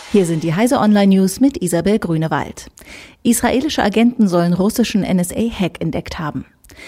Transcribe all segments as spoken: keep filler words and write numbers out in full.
Hier sind die Heise Online News mit Isabel Grünewald. Israelische Agenten sollen russischen N S A-Hack entdeckt haben.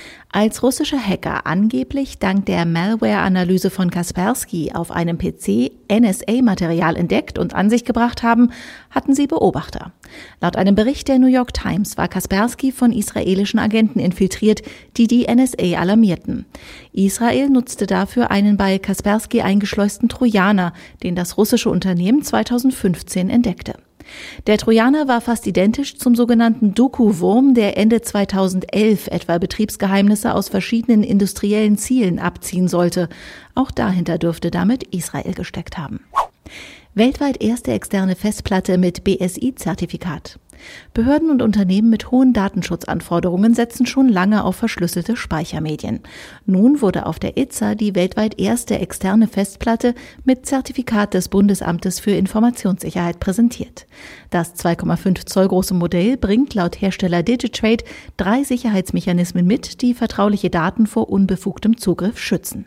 Als russische Hacker angeblich dank der Malware-Analyse von Kaspersky auf einem P C N S A-Material entdeckt und an sich gebracht haben, hatten sie Beobachter. Laut einem Bericht der New York Times war Kaspersky von israelischen Agenten infiltriert, die die N S A alarmierten. Israel nutzte dafür einen bei Kaspersky eingeschleusten Trojaner, den das russische Unternehmen zweitausendfünfzehn entdeckte. Der Trojaner war fast identisch zum sogenannten Doku-Wurm, der Ende zweitausendelf etwa Betriebsgeheimnisse aus verschiedenen industriellen Zielen abziehen sollte. Auch dahinter dürfte damit Israel gesteckt haben. Weltweit erste externe Festplatte mit B S I-Zertifikat. Behörden und Unternehmen mit hohen Datenschutzanforderungen setzen schon lange auf verschlüsselte Speichermedien. Nun wurde auf der I Z A die weltweit erste externe Festplatte mit Zertifikat des Bundesamtes für Informationssicherheit präsentiert. Das zwei Komma fünf Zoll große Modell bringt laut Hersteller Digitrade drei Sicherheitsmechanismen mit, die vertrauliche Daten vor unbefugtem Zugriff schützen.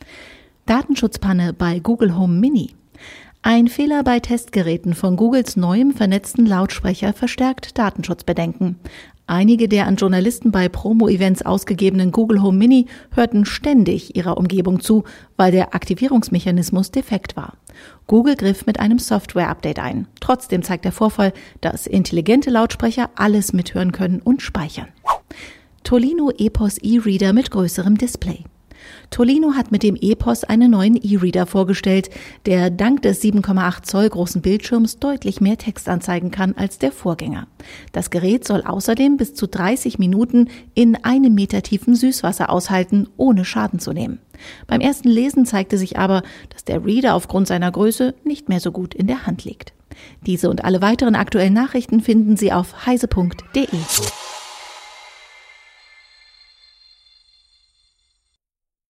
Datenschutzpanne bei Google Home Mini. Ein Fehler bei Testgeräten von Googles neuem vernetzten Lautsprecher verstärkt Datenschutzbedenken. Einige der an Journalisten bei Promo-Events ausgegebenen Google Home Mini hörten ständig ihrer Umgebung zu, weil der Aktivierungsmechanismus defekt war. Google griff mit einem Software-Update ein. Trotzdem zeigt der Vorfall, dass intelligente Lautsprecher alles mithören können und speichern. Tolino Epos E-Reader mit größerem Display. Tolino hat mit dem Epos einen neuen E-Reader vorgestellt, der dank des sieben Komma acht Zoll großen Bildschirms deutlich mehr Text anzeigen kann als der Vorgänger. Das Gerät soll außerdem bis zu dreißig Minuten in einem Meter tiefem Süßwasser aushalten, ohne Schaden zu nehmen. Beim ersten Lesen zeigte sich aber, dass der Reader aufgrund seiner Größe nicht mehr so gut in der Hand liegt. Diese und alle weiteren aktuellen Nachrichten finden Sie auf heise punkt de.